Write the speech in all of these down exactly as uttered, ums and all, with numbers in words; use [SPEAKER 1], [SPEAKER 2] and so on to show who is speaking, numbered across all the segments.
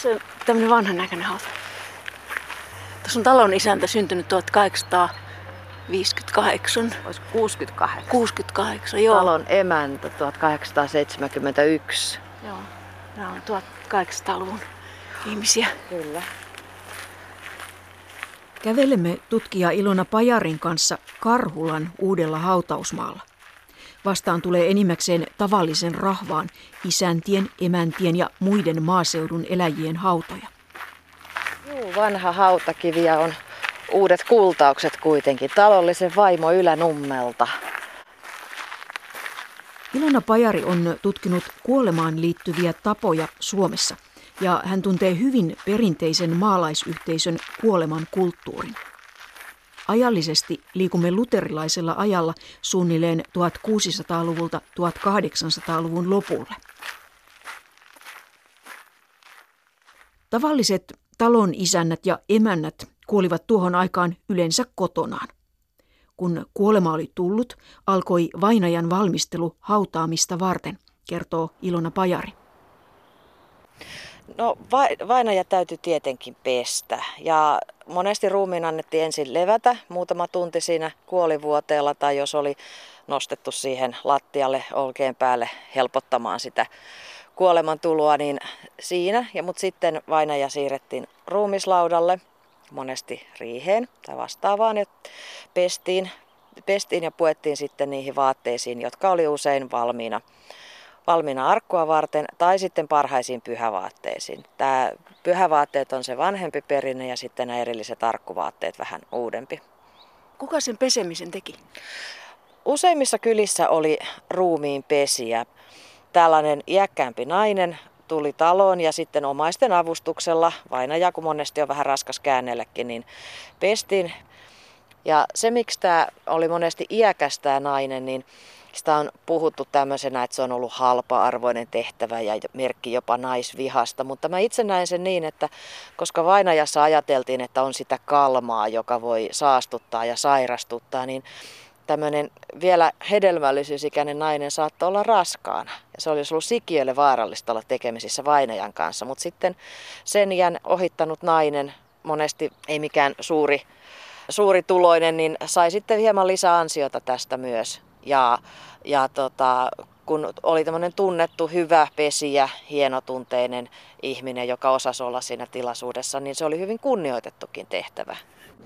[SPEAKER 1] Tässä on tämmöinen vanhan näköinen hauta. Tuossa on talon isäntä syntynyt tuhatkahdeksansataaviisikymmentäkahdeksan.
[SPEAKER 2] Olisi kuusikymmentäkahdeksan.
[SPEAKER 1] kuusikymmentäkahdeksan, joo.
[SPEAKER 2] Talon emäntä tuhatkahdeksansataaseitsemänkymmentäyksi.
[SPEAKER 1] Joo, nämä on tuhatkahdeksansataaluvun ihmisiä.
[SPEAKER 2] Kyllä.
[SPEAKER 3] Kävelemme tutkija Ilona Pajarin kanssa Karhulan uudella hautausmaalla. Vastaan tulee enimmäkseen tavallisen rahvaan isäntien, emäntien ja muiden maaseudun eläjien hautoja.
[SPEAKER 2] Juu, vanha hautakivi ja on uudet kultaukset kuitenkin. Talollisen vaimo Ylänummelta.
[SPEAKER 3] Ilona Pajari on tutkinut kuolemaan liittyviä tapoja Suomessa ja hän tuntee hyvin perinteisen maalaisyhteisön kuoleman kulttuurin. Ajallisesti liikumme luterilaisella ajalla suunnilleen tuhatkuusisataaluvulta tuhatkahdeksansataaluvun lopulle. Tavalliset talon isännät ja emännät kuolivat tuohon aikaan yleensä kotonaan. Kun kuolema oli tullut, alkoi vainajan valmistelu hautaamista varten, kertoo Ilona Pajari.
[SPEAKER 2] No vainaja täytyy tietenkin pestä ja monesti ruumiin annettiin ensin levätä muutama tunti siinä kuolivuoteella tai jos oli nostettu siihen lattialle olkeen päälle helpottamaan sitä kuolemantuloa, niin siinä. Ja mutta sitten vainaja siirrettiin ruumislaudalle, monesti riiheen tai vastaavaan ja pestiin, pestiin ja puettiin sitten niihin vaatteisiin, jotka oli usein valmiina. valmiina arkkua varten tai sitten parhaisiin pyhävaatteisiin. Tämä pyhävaatteet on se vanhempi perinne ja sitten nämä erilliset arkkuvaatteet vähän uudempi.
[SPEAKER 1] Kuka sen pesemisen teki?
[SPEAKER 2] Useimmissa kylissä oli ruumiin pesijä. Tällainen iäkkäämpi nainen tuli taloon ja sitten omaisten avustuksella, vainaja kun monesti on vähän raskas käännellekin, niin pestiin. Ja se miksi tämä oli monesti iäkäs tämä nainen, niin sitä on puhuttu tämmöisenä, että se on ollut halpa-arvoinen tehtävä ja merkki jopa naisvihasta, mutta mä itse näen sen niin, että koska vainajassa ajateltiin, että on sitä kalmaa, joka voi saastuttaa ja sairastuttaa, niin tämmöinen vielä hedelmällisyysikäinen nainen saattoi olla raskaana. Ja se olisi ollut sikiölle vaarallista olla tekemisissä vainajan kanssa, mutta sitten sen iän ohittanut nainen, monesti ei mikään suuri, suuri tuloinen, niin sai sitten hieman lisää ansiota tästä myös. Ja, ja tota, kun oli tämmöinen tunnettu, hyvä pesijä, hienotunteinen ihminen, joka osasi olla siinä tilaisuudessa, niin se oli hyvin kunnioitettukin tehtävä.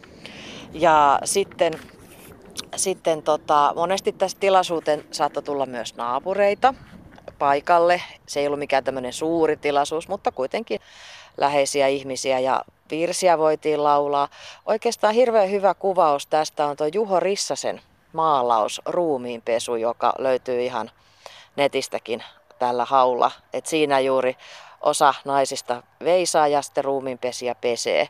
[SPEAKER 2] Ja sitten, sitten tota, monesti tässä tilaisuuteen saattoi tulla myös naapureita paikalle. Se ei ollut mikään tämmöinen suuri tilaisuus, mutta kuitenkin läheisiä ihmisiä ja virsiä voitiin laulaa. Oikeastaan hirveän hyvä kuvaus tästä on tuo Juho Rissasen maalaus Ruumiinpesu, joka löytyy ihan netistäkin tällä haulla. Et siinä juuri osa naisista veisaa ja sitten ruumiinpesijä pesee.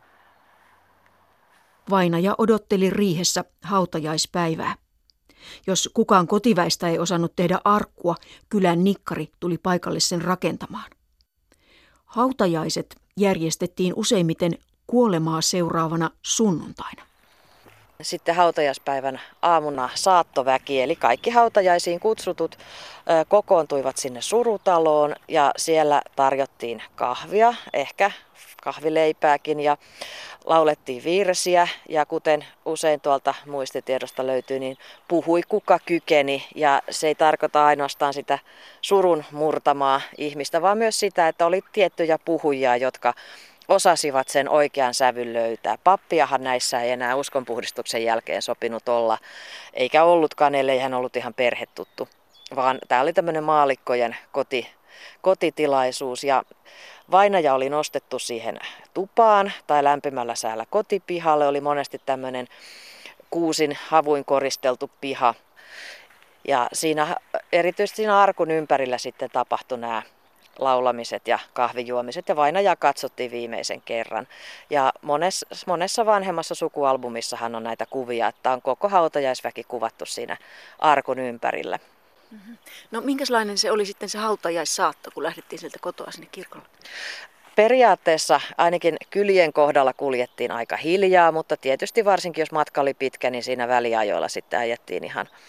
[SPEAKER 3] Vainaja odotteli riihessä hautajaispäivää. Jos kukaan kotiväistä ei osannut tehdä arkkua, kylän nikkari tuli paikalle sen rakentamaan. Hautajaiset järjestettiin useimmiten kuolemaa seuraavana sunnuntaina.
[SPEAKER 2] Sitten hautajaispäivän aamuna saattoväki, eli kaikki hautajaisiin kutsutut kokoontuivat sinne surutaloon ja siellä tarjottiin kahvia, ehkä kahvileipääkin ja laulettiin virsiä ja kuten usein tuolta muistitiedosta löytyy, niin puhui kuka kykeni ja se ei tarkoita ainoastaan sitä surun murtamaa ihmistä, vaan myös sitä, että oli tiettyjä puhujia, jotka osasivat sen oikean sävyn löytää. Pappiahan näissä ei enää uskonpuhdistuksen jälkeen sopinut olla, eikä ollutkaan, ellei hän ollut ihan perhetuttu, vaan tämä oli tämmöinen maallikkojen koti, kotitilaisuus ja vainaja oli nostettu siihen tupaan tai lämpimällä säällä kotipihalle. Oli monesti tämmöinen kuusin havuin koristeltu piha ja siinä, erityisesti siinä arkun ympärillä sitten tapahtui nämä laulamiset ja kahvijuomiset ja vainajaa katsottiin viimeisen kerran. Ja monessa, monessa vanhemmassa sukualbumissahan on näitä kuvia, että on koko hautajaisväki kuvattu siinä arkun ympärillä.
[SPEAKER 1] Mm-hmm. No minkälainen se oli sitten se hautajaissaatto, kun lähdettiin sieltä kotoa sinne kirkolle?
[SPEAKER 2] Periaatteessa ainakin kylien kohdalla kuljettiin aika hiljaa, mutta tietysti varsinkin jos matka oli pitkä, niin siinä väliajoilla sitten ajettiin ihan,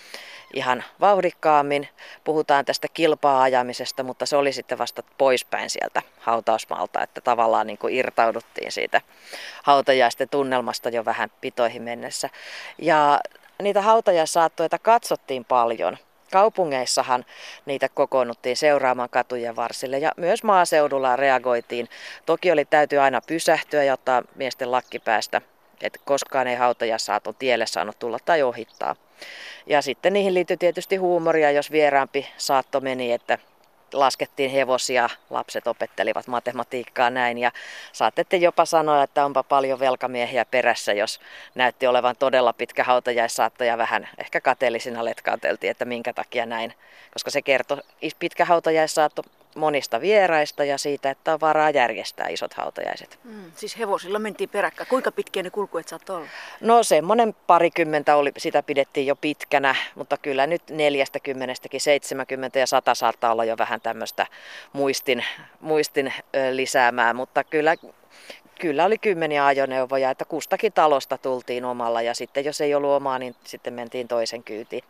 [SPEAKER 2] ihan vauhdikkaammin. Puhutaan tästä kilpaa ajamisesta, mutta se oli sitten vasta poispäin sieltä hautausmaalta, että tavallaan niin kuin irtauduttiin siitä hautajaisten tunnelmasta jo vähän pitoihin mennessä. Ja niitä hautajaissaattoja katsottiin paljon. Kaupungeissahan niitä kokoonnuttiin seuraamaan katujen varsille ja myös maaseudulla reagoitiin. Toki oli täytyy aina pysähtyä ja ottaa miesten lakki päästä, että koskaan ei hautajaissaaton tielle saanut tulla tai ohittaa. Ja sitten niihin liittyi tietysti huumoria, jos vieraampi saatto meni, että laskettiin hevosia, lapset opettelivat matematiikkaa näin ja saatette jopa sanoa, että onpa paljon velkamiehiä perässä, jos näytti olevan todella pitkä hautajaissaatto ja vähän ehkä kateellisina letkauteltiin, että minkä takia näin, koska se kertoi pitkä hautajaissaatto monista vieraista ja siitä, että on varaa järjestää isot hautajaiset.
[SPEAKER 1] Mm, siis hevosilla mentiin peräkkäin. Kuinka pitkiä ne kulkuet saattoi olla?
[SPEAKER 2] No semmoinen parikymmentä oli, sitä pidettiin jo pitkänä, mutta kyllä nyt neljästäkymmenestäkin seitsemänkymmentä ja sata saattaa olla jo vähän tämmöistä muistin, muistin ö, lisäämää, mutta kyllä, kyllä oli kymmeniä ajoneuvoja, että kustakin talosta tultiin omalla ja sitten jos ei ollut omaa, niin sitten mentiin toisen kyytiin.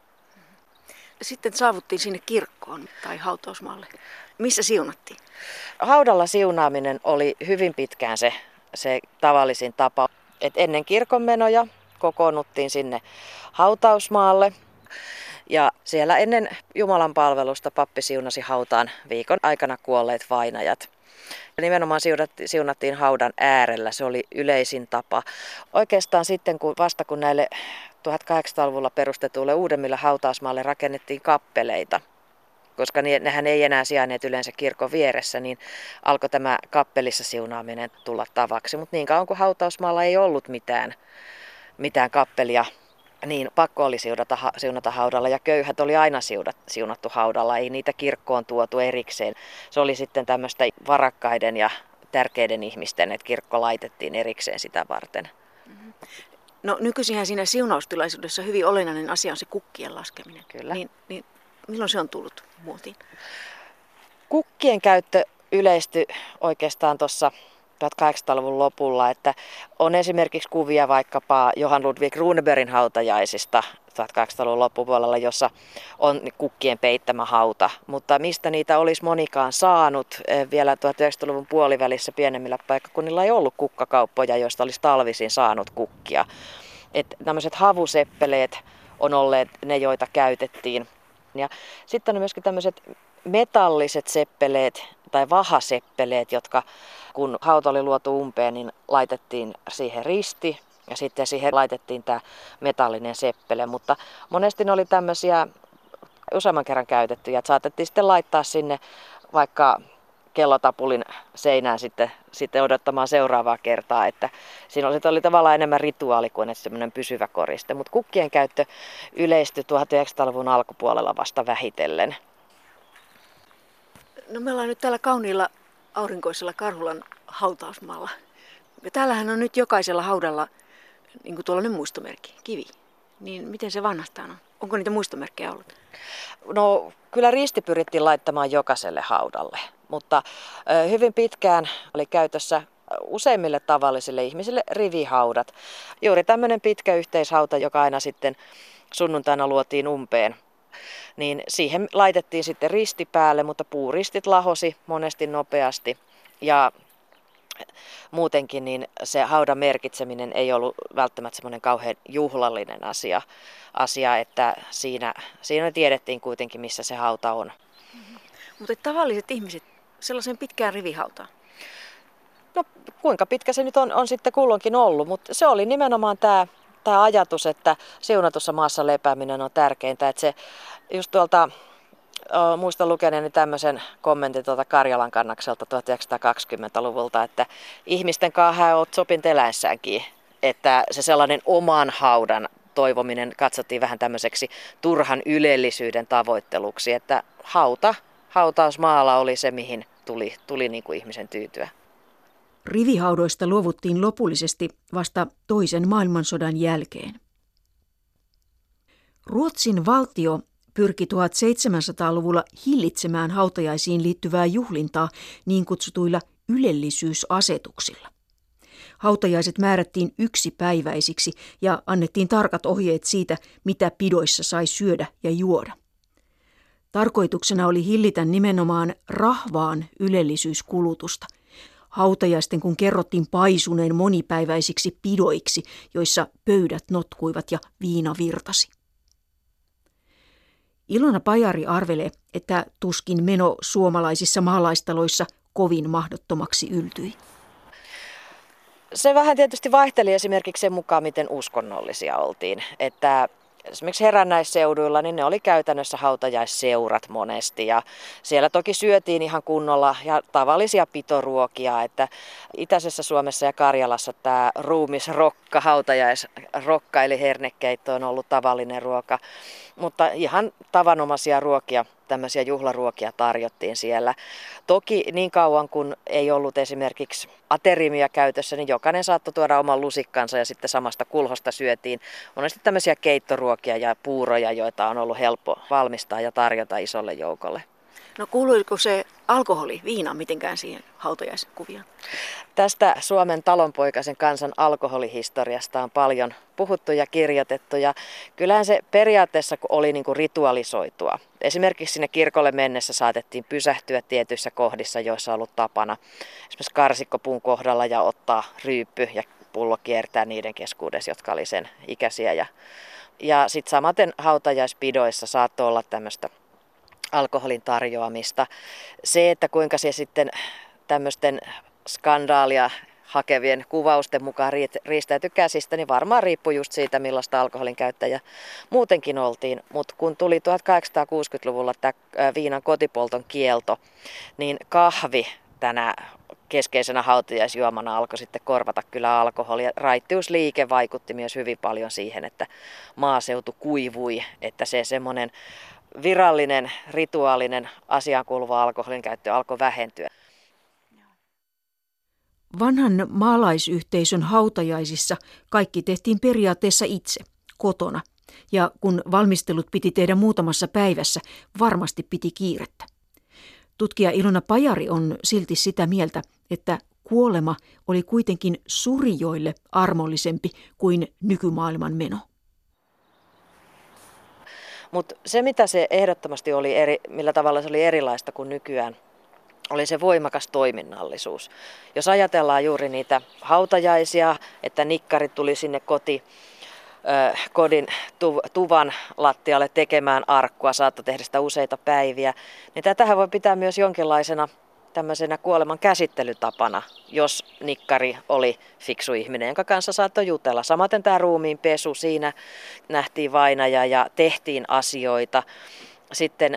[SPEAKER 1] Sitten saavuttiin sinne kirkkoon tai hautausmaalle. Missä siunattiin?
[SPEAKER 2] Haudalla siunaaminen oli hyvin pitkään se, se tavallisin tapa. Et ennen kirkonmenoja kokoonnuttiin sinne hautausmaalle ja siellä ennen Jumalan palvelusta pappi siunasi hautaan viikon aikana kuolleet vainajat. Ja nimenomaan siunattiin haudan äärellä, se oli yleisin tapa. Oikeastaan sitten kun vasta kun näille tuhatkahdeksansataaluvulla perustetuille uudemmille hautausmaalle rakennettiin kappeleita, koska nehän ei enää sijainneet yleensä kirkon vieressä, niin alkoi tämä kappelissa siunaaminen tulla tavaksi. Mutta niin kauan kuin hautausmaalla ei ollut mitään, mitään kappelia, niin pakko oli siunata, siunata haudalla ja köyhät oli aina siunattu haudalla, ei niitä kirkkoon tuotu erikseen. Se oli sitten tämmöistä varakkaiden ja tärkeiden ihmisten, että kirkko laitettiin erikseen sitä varten.
[SPEAKER 1] No nykyisinhän siinä siunaustilaisuudessa hyvin olennainen asia on se kukkien laskeminen.
[SPEAKER 2] Kyllä.
[SPEAKER 1] Niin, niin milloin se on tullut muotiin?
[SPEAKER 2] Kukkien käyttö yleistyi oikeastaan tuossa tuhatkahdeksansataaluvun lopulla, että on esimerkiksi kuvia vaikkapa Johann Ludwig Runebergin hautajaisista tuhatkahdeksansataaluvun loppupuolella, jossa on kukkien peittämä hauta, mutta mistä niitä olisi monikaan saanut, vielä tuhatyhdeksänsataaluvun puolivälissä pienemmillä paikkakunnilla ei ollut kukkakauppoja, joista olisi talvisin saanut kukkia. Että tämmöiset havuseppeleet on olleet ne, joita käytettiin. Ja sitten on myöskin tämmöiset metalliset seppeleet tai vahaseppeleet, jotka kun hauta oli luotu umpeen, niin laitettiin siihen risti ja sitten siihen laitettiin tämä metallinen seppele. Mutta monesti ne oli tämmöisiä useamman kerran käytettyjä, että saatettiin sitten laittaa sinne vaikka kellotapulin seinään sitten, sitten odottamaan seuraavaa kertaa, että siinä oli, oli tavallaan enemmän rituaali kuin semmoinen pysyvä koriste, mutta kukkien käyttö yleistyi tuhatyhdeksänsataaluvun alkupuolella vasta vähitellen.
[SPEAKER 1] No me ollaan nyt täällä kauniilla aurinkoisella Karhulan hautausmaalla. Ja täällähän on nyt jokaisella haudalla niin kuin tuollainen muistomerkki, kivi. Niin miten se vanhastaan on? Onko niitä muistomerkkejä ollut?
[SPEAKER 2] No kyllä risti pyrittiin laittamaan jokaiselle haudalle, mutta hyvin pitkään oli käytössä useimmille tavallisille ihmisille rivihaudat. Juuri tämmöinen pitkä yhteishauta, joka aina sitten sunnuntaina luotiin umpeen, niin siihen laitettiin sitten risti päälle, mutta puuristit lahosi monesti nopeasti ja muutenkin niin se haudan merkitseminen ei ollut välttämättä semmoinen kauhean juhlallinen asia, asia että siinä, siinä tiedettiin kuitenkin, missä se hauta on.
[SPEAKER 1] Mm-hmm. Mutta tavalliset ihmiset sellaisen pitkään rivihautaan?
[SPEAKER 2] No kuinka pitkä se nyt on, on sitten kulloinkin ollut, mutta se oli nimenomaan tämä tämä ajatus, että siunatussa maassa lepääminen on tärkeintä. Että se just tuolta, o, muistan lukeneeni tämmöisen kommentin tuolta Karjalan kannakselta tuhatyhdeksänsataakaksikymmentäluvulta, että ihmisten kanssa hän oot sopint eläessäänkin. Että se sellainen oman haudan toivominen katsottiin vähän tämmöiseksi turhan ylellisyyden tavoitteluksi, että hauta, hautausmaalla oli se, mihin tuli, tuli niin kuin ihmisen tyytyä.
[SPEAKER 3] Rivihaudoista luovuttiin lopullisesti vasta toisen maailmansodan jälkeen. Ruotsin valtio pyrki tuhatseitsemänsataaluvulla hillitsemään hautajaisiin liittyvää juhlintaa niin kutsutuilla ylellisyysasetuksilla. Hautajaiset määrättiin yksipäiväisiksi ja annettiin tarkat ohjeet siitä, mitä pidoissa sai syödä ja juoda. Tarkoituksena oli hillitä nimenomaan rahvaan ylellisyyskulutusta. Hautajaisten kun kerrottiin paisuneen monipäiväisiksi pidoiksi, joissa pöydät notkuivat ja viina virtasi. Ilona Pajari arvelee, että tuskin meno suomalaisissa maalaistaloissa kovin mahdottomaksi yltyi.
[SPEAKER 2] Se vähän tietysti vaihteli esimerkiksi sen mukaan, miten uskonnollisia oltiin. Että esimerkiksi herännäisseuduilla niin ne oli käytännössä hautajaisseurat monesti ja siellä toki syötiin ihan kunnolla ja tavallisia pitoruokia, että itäisessä Suomessa ja Karjalassa tämä ruumisrokka, hautajaisrokka eli hernekeitto on ollut tavallinen ruoka, mutta ihan tavanomaisia ruokia, tämmöisiä juhlaruokia tarjottiin siellä. Toki niin kauan kun ei ollut esimerkiksi aterimia käytössä, niin jokainen saattoi tuoda oman lusikkansa ja sitten samasta kulhosta syötiin monesti tämmöisiä keittoruokia ja puuroja, joita on ollut helppo valmistaa ja tarjota isolle joukolle.
[SPEAKER 1] No kuuluiko se alkoholi, viina mitenkään siihen hautajaiskuvioon?
[SPEAKER 2] Tästä Suomen talonpoikaisen kansan alkoholihistoriasta on paljon puhuttu ja kirjoitettu ja kyllähän se periaatteessa oli niin kuin ritualisoitua. Esimerkiksi sinne kirkolle mennessä saatettiin pysähtyä tietyissä kohdissa, joissa on ollut tapana esimerkiksi karsikkopuun kohdalla ja ottaa ryyppy ja pullo kiertää niiden keskuudessa, jotka oli sen ikäisiä. Ja, ja sitten samaten hautajaispidoissa saattoi olla tämmöistä alkoholin tarjoamista. Se, että kuinka se sitten tämmöisten skandaalia hakevien kuvausten mukaan riistäytyi käsistä, niin varmaan riippui just siitä, millaista alkoholin käyttäjä muutenkin oltiin. Mutta kun tuli tuhatkahdeksansataakuusikymmentäluvulla tämä viinan kotipolton kielto, niin kahvi tänä keskeisenä hautajaisjuomana alkoi sitten korvata kyllä alkoholia. Raittiusliike vaikutti myös hyvin paljon siihen, että maaseutu kuivui, että se semmoinen virallinen, rituaalinen, asiaan kuuluva alkoholin käyttö alkoi vähentyä.
[SPEAKER 3] Vanhan maalaisyhteisön hautajaisissa kaikki tehtiin periaatteessa itse, kotona. Ja kun valmistelut piti tehdä muutamassa päivässä, varmasti piti kiirettä. Tutkija Ilona Pajari on silti sitä mieltä, että kuolema oli kuitenkin surijoille armollisempi kuin nykymaailman meno.
[SPEAKER 2] Mutta se, mitä se ehdottomasti oli, eri, millä tavalla se oli erilaista kuin nykyään, oli se voimakas toiminnallisuus. Jos ajatellaan juuri niitä hautajaisia, että nikkari tuli sinne koti, äh, kodin tu, tuvan lattialle tekemään arkkua, saattoi tehdä sitä useita päiviä, niin tätähän voi pitää myös jonkinlaisena tämmöisenä kuoleman käsittelytapana, jos nikkari oli fiksu ihminen, jonka kanssa saattoi jutella. Samaten tämä ruumiin pesu, siinä nähtiin vainaja ja tehtiin asioita. Sitten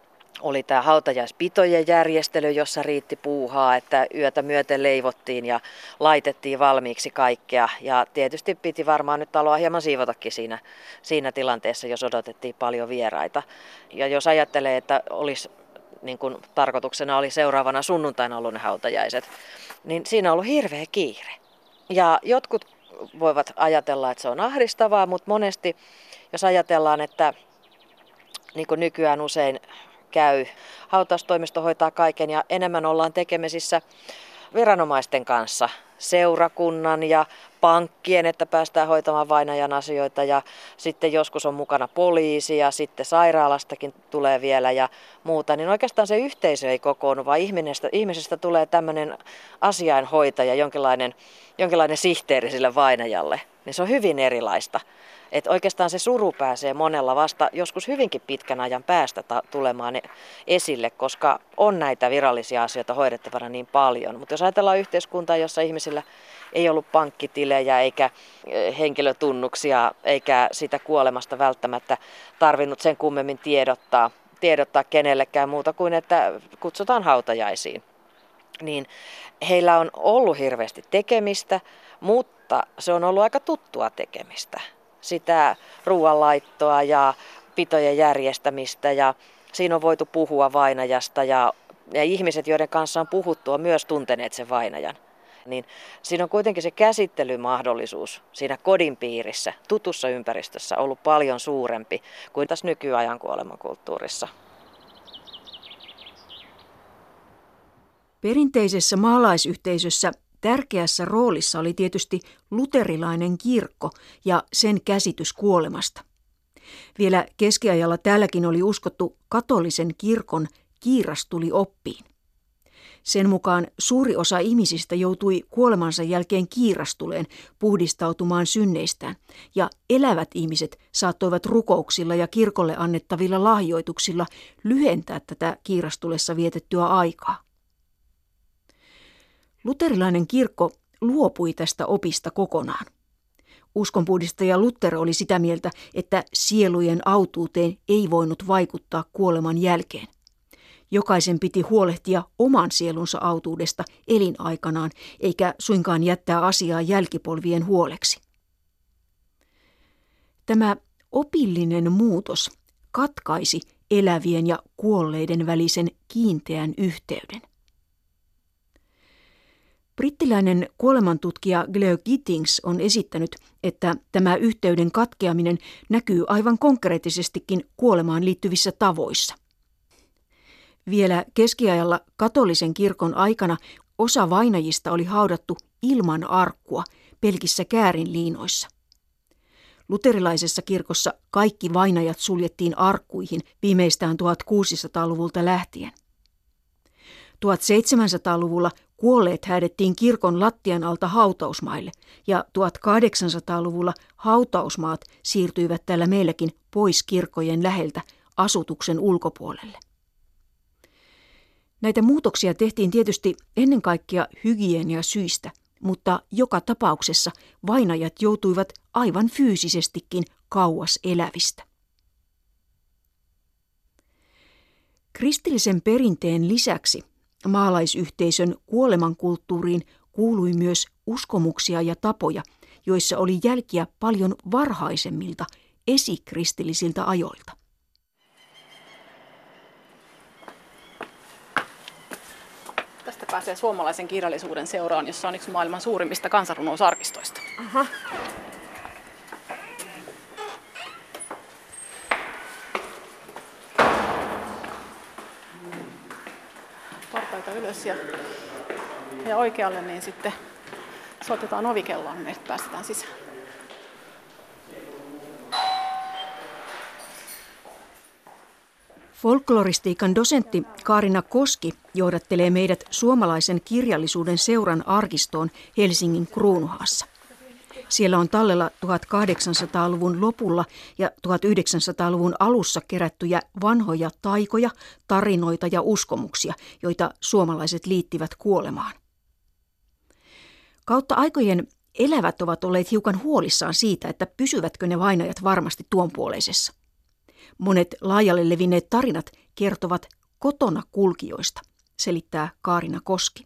[SPEAKER 2] oli tämä hautajaispitojen järjestely, jossa riitti puuhaa, että yötä myöten leivottiin ja laitettiin valmiiksi kaikkea. Ja tietysti piti varmaan nyt taloa hieman siivotakin siinä, siinä tilanteessa, jos odotettiin paljon vieraita. Ja jos ajattelee, että olisi niin kuin tarkoituksena oli seuraavana sunnuntaina ollut ne hautajaiset, niin siinä on ollut hirveä kiire. Ja jotkut voivat ajatella, että se on ahdistavaa, mutta monesti, jos ajatellaan, että niin kuin nykyään usein käy, hautaustoimisto hoitaa kaiken ja enemmän ollaan tekemisissä viranomaisten kanssa, seurakunnan ja pankkien, että päästään hoitamaan vainajan asioita ja sitten joskus on mukana poliisi ja sitten sairaalastakin tulee vielä ja muuta, niin oikeastaan se yhteisö ei kokoonnu, vaan ihmisestä, ihmisestä tulee tämmöinen asiainhoitaja, jonkinlainen, jonkinlainen sihteeri sille vainajalle, niin se on hyvin erilaista. Että oikeastaan se suru pääsee monella vasta joskus hyvinkin pitkän ajan päästä ta- tulemaan esille, koska on näitä virallisia asioita hoidettavana niin paljon. Mutta jos ajatellaan yhteiskuntaa, jossa ihmisillä ei ollut pankkitilejä eikä henkilötunnuksia eikä sitä kuolemasta välttämättä tarvinnut sen kummemmin tiedottaa, tiedottaa kenellekään muuta kuin, että kutsutaan hautajaisiin, niin heillä on ollut hirveästi tekemistä, mutta se on ollut aika tuttua tekemistä. Sitä ruoanlaittoa ja pitojen järjestämistä ja siinä on voitu puhua vainajasta ja, ja ihmiset, joiden kanssa on puhuttu, on myös tunteneet sen vainajan. Niin siinä on kuitenkin se käsittelymahdollisuus siinä kodin piirissä, tutussa ympäristössä ollut paljon suurempi kuin tässä nykyajan kuolemankulttuurissa.
[SPEAKER 3] Perinteisessä maalaisyhteisössä tärkeässä roolissa oli tietysti luterilainen kirkko ja sen käsitys kuolemasta. Vielä keskiajalla täälläkin oli uskottu katolisen kirkon kiirastuli oppiin. Sen mukaan suuri osa ihmisistä joutui kuolemansa jälkeen kiirastuleen puhdistautumaan synneistään, ja elävät ihmiset saattoivat rukouksilla ja kirkolle annettavilla lahjoituksilla lyhentää tätä kiirastulessa vietettyä aikaa. Luterilainen kirkko luopui tästä opista kokonaan. Uskonpuhdistaja Luther oli sitä mieltä, että sielujen autuuteen ei voinut vaikuttaa kuoleman jälkeen. Jokaisen piti huolehtia oman sielunsa autuudesta elinaikanaan, eikä suinkaan jättää asiaa jälkipolvien huoleksi. Tämä opillinen muutos katkaisi elävien ja kuolleiden välisen kiinteän yhteyden. Brittiläinen kuolemantutkija Gleo Gittings on esittänyt, että tämä yhteyden katkeaminen näkyy aivan konkreettisestikin kuolemaan liittyvissä tavoissa. Vielä keskiajalla katolisen kirkon aikana osa vainajista oli haudattu ilman arkkua pelkissä käärinliinoissa. Luterilaisessa kirkossa kaikki vainajat suljettiin arkkuihin viimeistään tuhatkuusisataaluvulta lähtien. tuhatseitsemänsataaluvulla kuolleet häädettiin kirkon lattian alta hautausmaille ja tuhatkahdeksansataaluvulla hautausmaat siirtyivät täällä meilläkin pois kirkkojen läheltä asutuksen ulkopuolelle. Näitä muutoksia tehtiin tietysti ennen kaikkea hygieniasyistä, mutta joka tapauksessa vainajat joutuivat aivan fyysisestikin kauas elävistä. Kristillisen perinteen lisäksi maalaisyhteisön kuolemankulttuuriin kuului myös uskomuksia ja tapoja, joissa oli jälkiä paljon varhaisemmilta esikristillisiltä ajoilta.
[SPEAKER 4] Tästä pääsee suomalaisen kirjallisuuden seuraan, jossa on yksi maailman suurimmista kansanrunousarkistoista.
[SPEAKER 1] Aha.
[SPEAKER 4] Portaita ylös ja, ja oikealle, niin sitten soitetaan ovikelloa, niin meidät päästetään sisään.
[SPEAKER 3] Folkloristiikan dosentti Kaarina Koski johdattelee meidät suomalaisen kirjallisuuden seuran arkistoon Helsingin Kruunuhaassa. Siellä on tallella tuhatkahdeksansataaluvun lopulla ja tuhatyhdeksänsataaluvun alussa kerättyjä vanhoja taikoja, tarinoita ja uskomuksia, joita suomalaiset liittivät kuolemaan. Kautta aikojen elävät ovat olleet hiukan huolissaan siitä, että pysyvätkö ne vainajat varmasti tuonpuoleisessa. Monet laajalle levinneet tarinat kertovat kotona kulkijoista, selittää Kaarina Koski.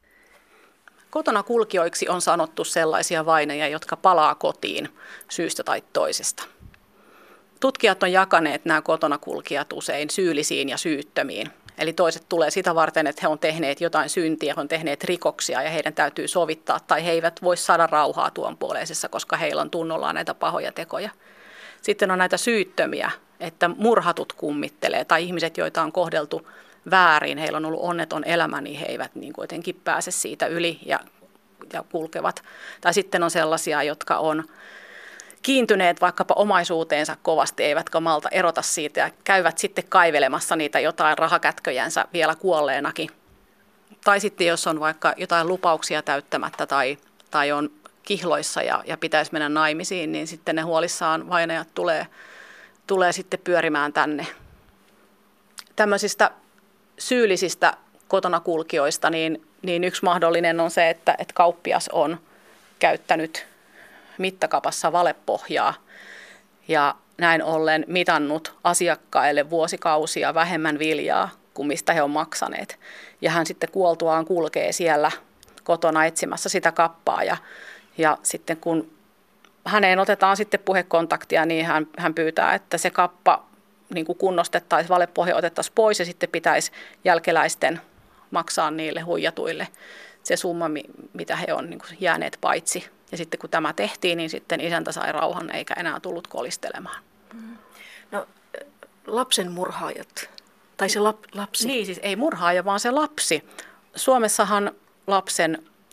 [SPEAKER 4] Kotona kulkijoiksi on sanottu sellaisia vainajia, jotka palaa kotiin syystä tai toisesta. Tutkijat on jakaneet nämä kotona kulkijat usein syyllisiin ja syyttömiin. Eli toiset tulee sitä varten, että he on tehneet jotain syntiä, he on tehneet rikoksia ja heidän täytyy sovittaa, tai he eivät voi saada rauhaa tuonpuoleisessa, koska heillä on tunnollaan näitä pahoja tekoja. Sitten on näitä syyttömiä, että murhatut kummittelee, tai ihmiset, joita on kohdeltu väärin, heillä on ollut onneton elämä, niin he eivät niin kuitenkin pääse siitä yli ja, ja kulkevat. Tai sitten on sellaisia, jotka on kiintyneet vaikkapa omaisuuteensa kovasti, eivätkä malta erota siitä ja käyvät sitten kaivelemassa niitä jotain rahakätköjänsä vielä kuolleenakin. Tai sitten jos on vaikka jotain lupauksia täyttämättä tai, tai on kihloissa ja, ja pitäisi mennä naimisiin, niin sitten ne huolissaan vainajat tulee, tulee sitten pyörimään tänne. Tämmöisistä syyllisistä kotona kulkijoista, niin, niin yksi mahdollinen on se, että, että kauppias on käyttänyt mittakapassa valepohjaa ja näin ollen mitannut asiakkaille vuosikausia vähemmän viljaa kuin mistä he on maksaneet. Ja hän sitten kuoltuaan kulkee siellä kotona etsimässä sitä kappaa ja, ja sitten kun häneen otetaan sitten puhekontaktia, niin hän, hän pyytää, että se kappa niin kuin kunnostettaisiin, valepohja otettaisiin pois ja sitten pitäisi jälkeläisten maksaa niille huijatuille se summa, mitä he on niin kuin jääneet paitsi. Ja sitten kun tämä tehtiin, niin sitten isäntä sai rauhan eikä enää tullut kolistelemaan.
[SPEAKER 1] No, lapsen murhaajat, tai se lap, lapsi?
[SPEAKER 4] Niin, siis ei murhaaja, vaan se lapsi. Suomessahan lapsen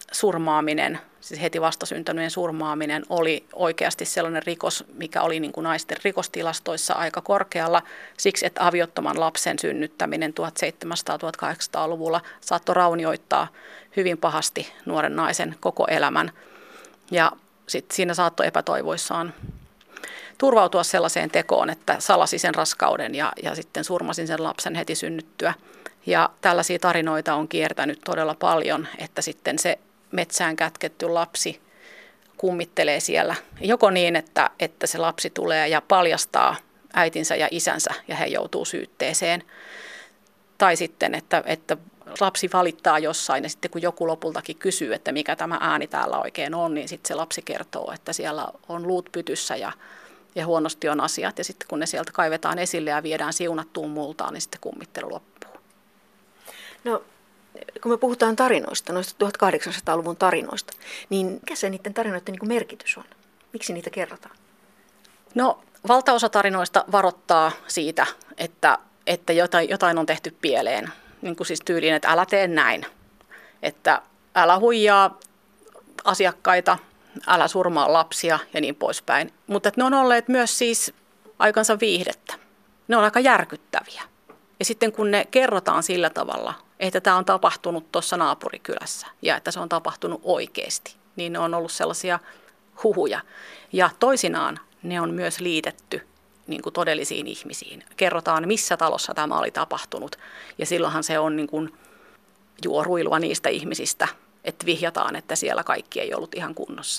[SPEAKER 4] surmaaminen, siis heti vastasyntyneen surmaaminen oli oikeasti sellainen rikos, mikä oli niin kuin naisten rikostilastoissa aika korkealla siksi, että aviottoman lapsen synnyttäminen tuhatseitsemänsataa-tuhatkahdeksansataaluvulla saattoi raunioittaa hyvin pahasti nuoren naisen koko elämän. Ja sitten siinä saattoi epätoivoissaan turvautua sellaiseen tekoon, että salasi sen raskauden ja, ja sitten surmasin sen lapsen heti synnyttyä. Ja tällaisia tarinoita on kiertänyt todella paljon, että sitten se metsään kätketty lapsi kummittelee siellä. Joko niin, että, että se lapsi tulee ja paljastaa äitinsä ja isänsä ja he joutuu syytteeseen. Tai sitten, että, että lapsi valittaa jossain ja sitten kun joku lopultakin kysyy, että mikä tämä ääni täällä oikein on, niin sitten se lapsi kertoo, että siellä on luut pytyssä ja, ja huonosti on asiat. Ja sitten kun ne sieltä kaivetaan esille ja viedään siunattuun multaan, niin sitten kummittelu loppuu.
[SPEAKER 1] No, kun me puhutaan tarinoista, noista tuhatkahdeksansataaluvun tarinoista, niin mikä se niiden tarinoiden niin kuin merkitys on? Miksi niitä kerrotaan?
[SPEAKER 4] No, valtaosa tarinoista varoittaa siitä, että, että jotain, jotain on tehty pieleen. Niin kuin siis tyyliin, että älä tee näin. Että älä huijaa asiakkaita, älä surmaa lapsia ja niin poispäin. Mutta ne on olleet myös siis aikansa viihdettä. Ne on aika järkyttäviä. Ja sitten kun ne kerrotaan sillä tavalla, että tämä on tapahtunut tuossa naapurikylässä ja että se on tapahtunut oikeasti, niin ne on ollut sellaisia huhuja. Ja toisinaan ne on myös liitetty niin kuin todellisiin ihmisiin. Kerrotaan, missä talossa tämä oli tapahtunut ja silloinhan se on niin kuin juoruilua niistä ihmisistä, että vihjataan, että siellä kaikki ei ollut ihan kunnossa.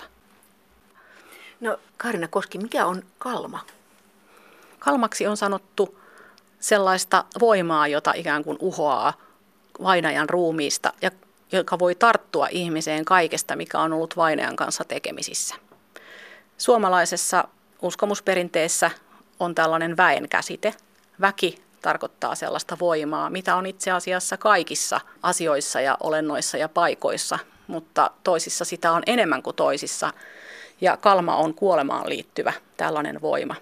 [SPEAKER 1] No Kaarina Koski, mikä on kalma?
[SPEAKER 4] Kalmaksi on sanottu sellaista voimaa, jota ikään kuin uhoaa vainajan ruumiista ja joka voi tarttua ihmiseen kaikesta, mikä on ollut vainajan kanssa tekemisissä. Suomalaisessa uskomusperinteessä on tällainen väen käsite. Väki tarkoittaa sellaista voimaa, mitä on itse asiassa kaikissa asioissa ja olennoissa ja paikoissa, mutta toisissa sitä on enemmän kuin toisissa. Ja kalma on kuolemaan liittyvä tällainen voima.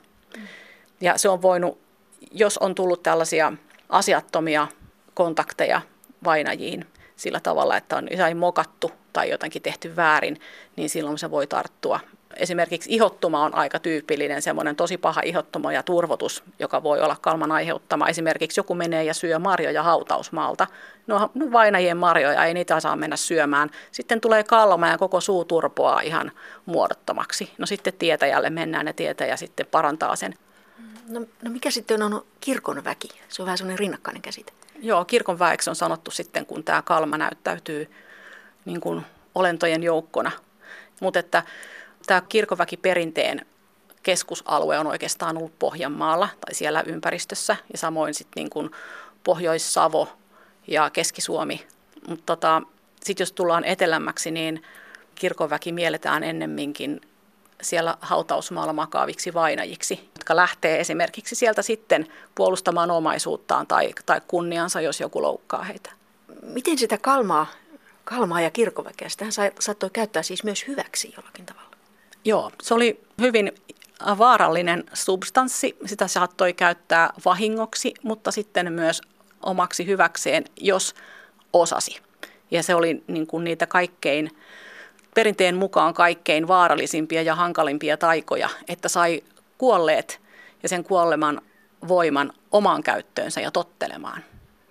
[SPEAKER 4] Ja se on voinut, jos on tullut tällaisia asiattomia kontakteja vainajiin sillä tavalla, että on jotain mokattu tai jotakin tehty väärin, niin silloin se voi tarttua. Esimerkiksi ihottuma on aika tyypillinen, semmoinen tosi paha ihottuma ja turvotus, joka voi olla kalman aiheuttama. Esimerkiksi joku menee ja syö marjoja hautausmaalta. No, no vainajien marjoja, ei niitä saa mennä syömään. Sitten tulee kalma ja koko suu turpoaa ihan muodottomaksi. No sitten tietäjälle mennään ja tietäjä sitten parantaa sen.
[SPEAKER 1] No, no mikä sitten on kirkon väki? Se on vähän semmoinen rinnakkainen käsite.
[SPEAKER 4] Joo, kirkon väeksi on sanottu sitten, kun tämä kalma näyttäytyy niin kuin olentojen joukkona. Mutta että tämä kirkonväkiperinteen keskusalue on oikeastaan ollut Pohjanmaalla tai siellä ympäristössä ja samoin sitten niin kuin Pohjois-Savo ja Keski-Suomi. Mutta tota, sitten jos tullaan etelämmäksi, niin kirkonväki mielletään ennemminkin siellä hautausmaalla makaaviksi vainajiksi, jotka lähtee esimerkiksi sieltä sitten puolustamaan omaisuuttaan tai, tai kunniansa, jos joku loukkaa heitä.
[SPEAKER 1] Miten sitä kalmaa, kalmaa ja kirkonväkeä, sitä saattoi käyttää siis myös hyväksi jollakin tavalla?
[SPEAKER 4] Joo, se oli hyvin vaarallinen substanssi. Sitä saattoi käyttää vahingoksi, mutta sitten myös omaksi hyväkseen, jos osasi. Ja se oli niin kuin niitä kaikkein, perinteen mukaan kaikkein vaarallisimpia ja hankalimpia taikoja, että sai kuolleet ja sen kuoleman voiman omaan käyttöönsä ja tottelemaan.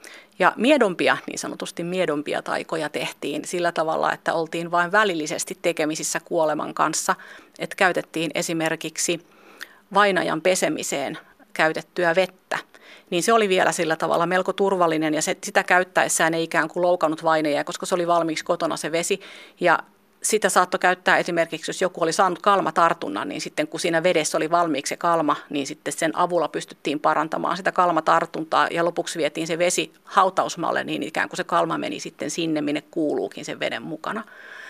[SPEAKER 4] Ja miedompia, niin sanotusti miedompia taikoja tehtiin sillä tavalla, että oltiin vain välillisesti tekemisissä kuoleman kanssa, että käytettiin esimerkiksi vainajan pesemiseen käytettyä vettä. Niin se oli vielä sillä tavalla melko turvallinen ja se, sitä käyttäessään ei ikään kuin loukannut vainajaa, koska se oli valmiiksi kotona se vesi ja sitä saattoi käyttää esimerkiksi, jos joku oli saanut kalmatartunnan, niin sitten kun siinä vedessä oli valmiiksi se kalma, niin sitten sen avulla pystyttiin parantamaan sitä kalmatartuntaa ja lopuksi vietiin se vesi hautausmaalle, niin ikään kuin se kalma meni sitten sinne, minne kuuluukin sen veden mukana.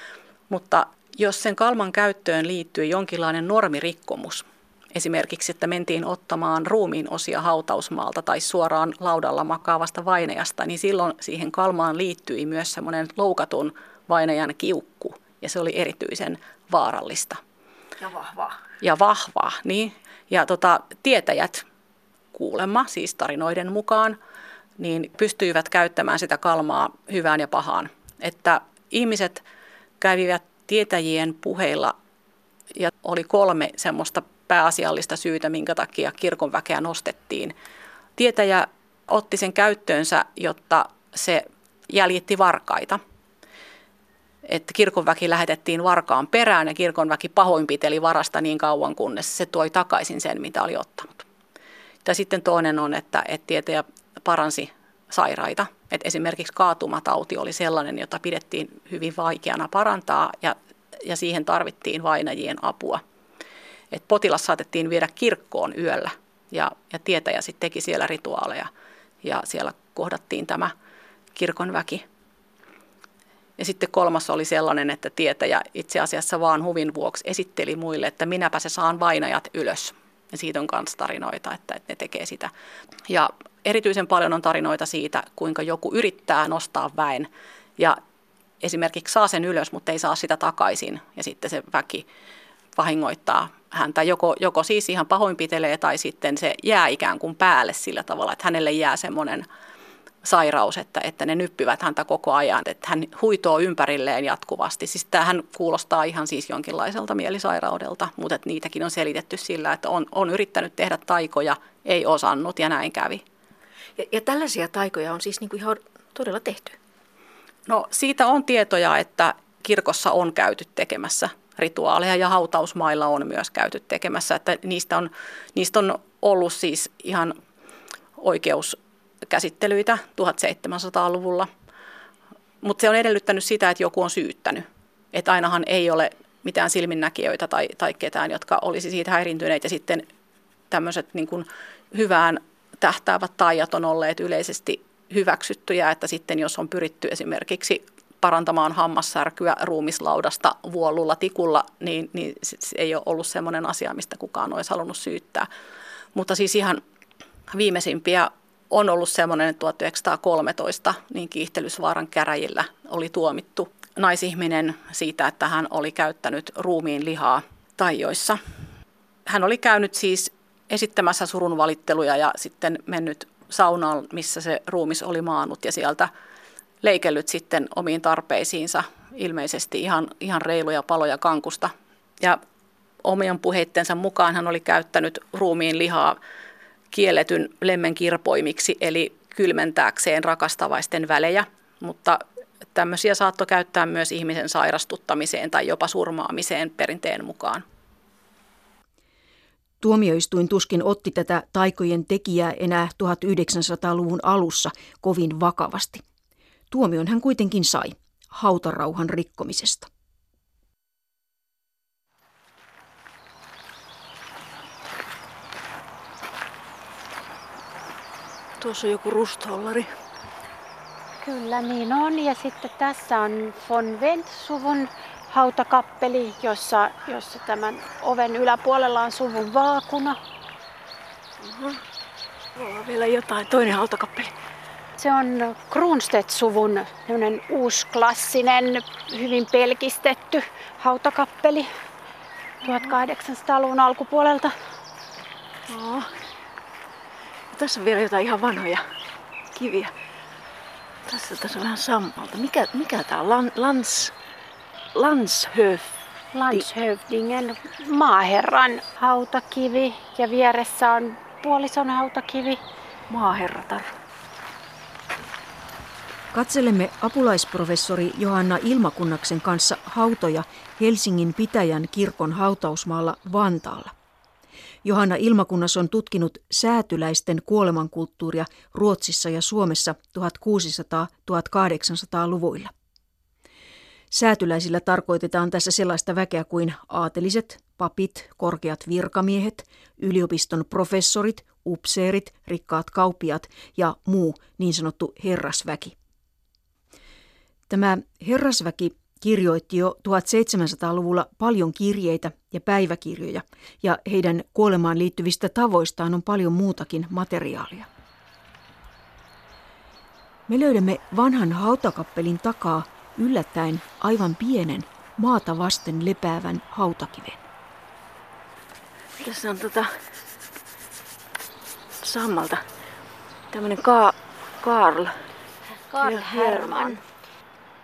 [SPEAKER 4] Mutta jos sen kalman käyttöön liittyy jonkinlainen normirikkomus, esimerkiksi, että mentiin ottamaan ruumiin osia hautausmaalta tai suoraan laudalla makaavasta vainajasta, niin silloin siihen kalmaan liittyi myös semmoinen loukatun vainajan kiukku. Ja se oli erityisen vaarallista.
[SPEAKER 1] Ja vahvaa.
[SPEAKER 4] Ja vahvaa, niin. Ja tota, tietäjät kuulemma, siis tarinoiden mukaan, niin pystyivät käyttämään sitä kalmaa hyvään ja pahaan. Että ihmiset kävivät tietäjien puheilla ja oli kolme semmoista pääasiallista syytä, minkä takia kirkonväkeä nostettiin. Tietäjä otti sen käyttöönsä, jotta se jäljitti varkaita. Että kirkonväki lähetettiin varkaan perään ja kirkonväki pahoinpiteli varasta niin kauan, kunnes se toi takaisin sen, mitä oli ottanut. Ja sitten toinen on, että, että tietäjä paransi sairaita. Että esimerkiksi kaatumatauti oli sellainen, jota pidettiin hyvin vaikeana parantaa ja, ja siihen tarvittiin vainajien apua. Et potilas saatettiin viedä kirkkoon yöllä ja, ja tietäjä sitten teki siellä rituaaleja ja siellä kohdattiin tämä kirkonväki. Ja sitten kolmas oli sellainen, että tietäjä itse asiassa vaan huvin vuoksi esitteli muille, että minäpä se saan vainajat ylös. Ja siitä on myös tarinoita, että ne tekee sitä. Ja erityisen paljon on tarinoita siitä, kuinka joku yrittää nostaa väen ja esimerkiksi saa sen ylös, mutta ei saa sitä takaisin. Ja sitten se väki vahingoittaa häntä. Joko, joko siis ihan pahoinpitelee tai sitten se jää ikään kuin päälle sillä tavalla, että hänelle jää semmoinen sairaus, että, että ne nyppivät häntä koko ajan, että hän huitoo ympärilleen jatkuvasti. Siis tämähän kuulostaa ihan siis jonkinlaiselta mielisairaudelta, mutta että niitäkin on selitetty sillä, että on, on yrittänyt tehdä taikoja, ei osannut ja näin kävi.
[SPEAKER 3] Ja, ja tällaisia taikoja on siis niin kuin ihan todella tehty?
[SPEAKER 4] No siitä on tietoja, että kirkossa on käyty tekemässä rituaaleja ja hautausmailla on myös käyty tekemässä, että niistä on, niistä on ollut siis ihan oikeuskäsittelyitä tuhatseitsemänsataaluvulla, mutta se on edellyttänyt sitä, että joku on syyttänyt, että ainahan ei ole mitään silminnäkijöitä tai, tai ketään, jotka olisi siitä häirintyneet ja sitten tämmöiset niin kuin hyvään tähtäävät taijat on olleet yleisesti hyväksyttyjä, että sitten jos on pyritty esimerkiksi parantamaan hammassärkyä ruumislaudasta vuolulla tikulla, niin, niin se ei ole ollut semmoinen asia, mistä kukaan olisi halunnut syyttää. Mutta siis ihan viimeisimpiä on ollut semmoinen, että tuhatyhdeksänsataakolmetoista niin Kiihtelysvaaran käräjillä oli tuomittu naisihminen siitä, että hän oli käyttänyt ruumiin lihaa taijoissa. Hän oli käynyt siis esittämässä surunvalitteluja ja sitten mennyt saunaan, missä se ruumis oli maannut ja sieltä leikellyt sitten omiin tarpeisiinsa ilmeisesti ihan, ihan reiluja paloja kankusta. Ja omien puheittensa mukaan hän oli käyttänyt ruumiin lihaa kielletyn lemmen kirpoimiksi, eli kylmentääkseen rakastavaisten välejä, mutta tämmöisiä saattoi käyttää myös ihmisen sairastuttamiseen tai jopa surmaamiseen perinteen mukaan.
[SPEAKER 3] Tuomioistuin tuskin otti tätä taikojen tekijää enää tuhatyhdeksänsataaluvun alussa kovin vakavasti. Tuomion hän kuitenkin sai hautarauhan rikkomisesta.
[SPEAKER 1] Tuossa on joku rustollari.
[SPEAKER 5] Kyllä niin on. Ja sitten tässä on von Wendt-suvun hautakappeli, jossa, jossa tämän oven yläpuolella on suvun vaakuna.
[SPEAKER 1] Uh-huh. On vielä jotain. Toinen hautakappeli.
[SPEAKER 5] Se on Kronstedt-suvun uusklassinen, hyvin pelkistetty hautakappeli tuhatkahdeksansataaluvun alkupuolelta.
[SPEAKER 1] Oh. Tässä on vielä jotain ihan vanhoja kiviä. Tässä, tässä on vähän sammalta. Mikä, mikä tää on? Lan, lans, Landshöf.
[SPEAKER 5] Landshövdingen maaherran hautakivi ja vieressä on puolison hautakivi.
[SPEAKER 1] Maaherratar.
[SPEAKER 3] Katselemme apulaisprofessori Johanna Ilmakunnaksen kanssa hautoja Helsingin Pitäjän kirkon hautausmaalla Vantaalla. Johanna Ilmakunnas on tutkinut säätyläisten kuolemankulttuuria Ruotsissa ja Suomessa tuhatkuusisataa-tuhatkahdeksansataaluvuilla. Säätyläisillä tarkoitetaan tässä sellaista väkeä kuin aateliset, papit, korkeat virkamiehet, yliopiston professorit, upseerit, rikkaat kauppiaat ja muu niin sanottu herrasväki. Tämä herrasväki kirjoitti jo tuhatseitsemänsataaluvulla paljon kirjeitä ja päiväkirjoja, ja heidän kuolemaan liittyvistä tavoistaan on paljon muutakin materiaalia. Me löydämme vanhan hautakappelin takaa yllättäen aivan pienen, maata vasten lepäävän hautakiven.
[SPEAKER 1] Tässä on tota sammalta tämmöinen Ka- Karl.
[SPEAKER 5] Karl Hermann.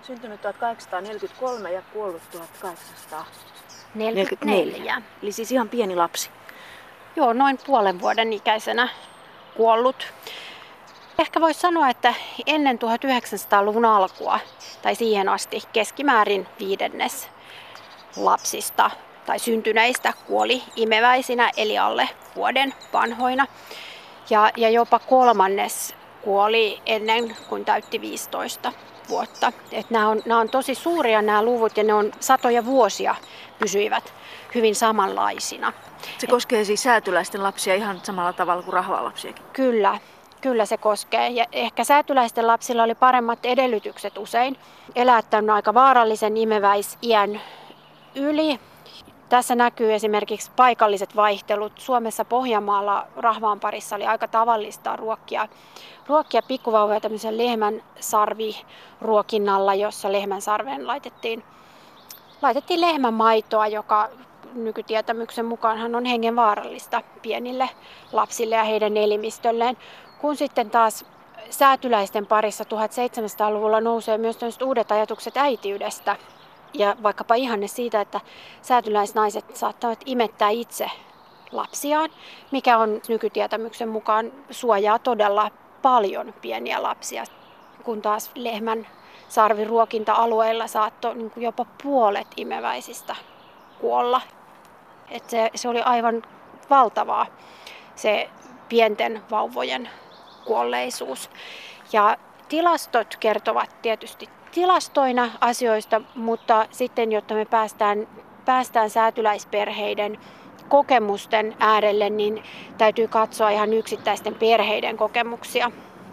[SPEAKER 1] Syntynyt tuhatkahdeksansataaneljäkymmentäkolme ja kuollut tuhatkahdeksansataaneljäkymmentäneljä.
[SPEAKER 5] neljäkymmentäneljä.
[SPEAKER 1] Eli siis ihan pieni lapsi.
[SPEAKER 5] Joo, noin puolen vuoden ikäisenä kuollut. Ehkä voisi sanoa, että ennen tuhatyhdeksänsataaluvun alkua tai siihen asti keskimäärin viidennes lapsista tai syntyneistä kuoli imeväisinä eli alle vuoden vanhoina. Ja, ja jopa kolmannes kuoli ennen kuin täytti viisitoista vuotta. Et nämä, on, nämä on tosi suuria nämä luvut ja ne on satoja vuosia pysyivät hyvin samanlaisina.
[SPEAKER 1] Se koskee siis säätyläisten lapsia ihan samalla tavalla kuin rahvalapsiakin.
[SPEAKER 5] Kyllä, kyllä se koskee. Ja ehkä säätyläisten lapsilla oli paremmat edellytykset usein elää tämän aika vaarallisen imeväisiän yli. Tässä näkyy esimerkiksi paikalliset vaihtelut. Suomessa Pohjanmaalla rahvaan parissa oli aika tavallista ruokkia, ruokkia pikkuvauvoja tämmöisen lehmän sarviruokinnalla, jossa lehmän sarveen laitettiin, laitettiin lehmän maitoa, joka nykytietämyksen mukaanhan on hengenvaarallista pienille lapsille ja heidän elimistölleen. Kun sitten taas säätyläisten parissa tuhatseitsemänsataaluvulla nousee myös uudet ajatukset äitiydestä. Ja vaikkapa ihanne siitä, että säätyläisnaiset saattavat imettää itse lapsiaan, mikä on nykytietämyksen mukaan suojaa todella paljon pieniä lapsia, kun taas lehmän sarviruokinta-alueilla saattoi niin kuin jopa puolet imeväisistä kuolla. Et se, se oli aivan valtavaa se pienten vauvojen kuolleisuus. Ja tilastot kertovat tietysti tilastoina asioista, mutta sitten jotta me päästään, päästään säätyläisperheiden kokemusten äärelle, niin täytyy katsoa ihan yksittäisten perheiden kokemuksia.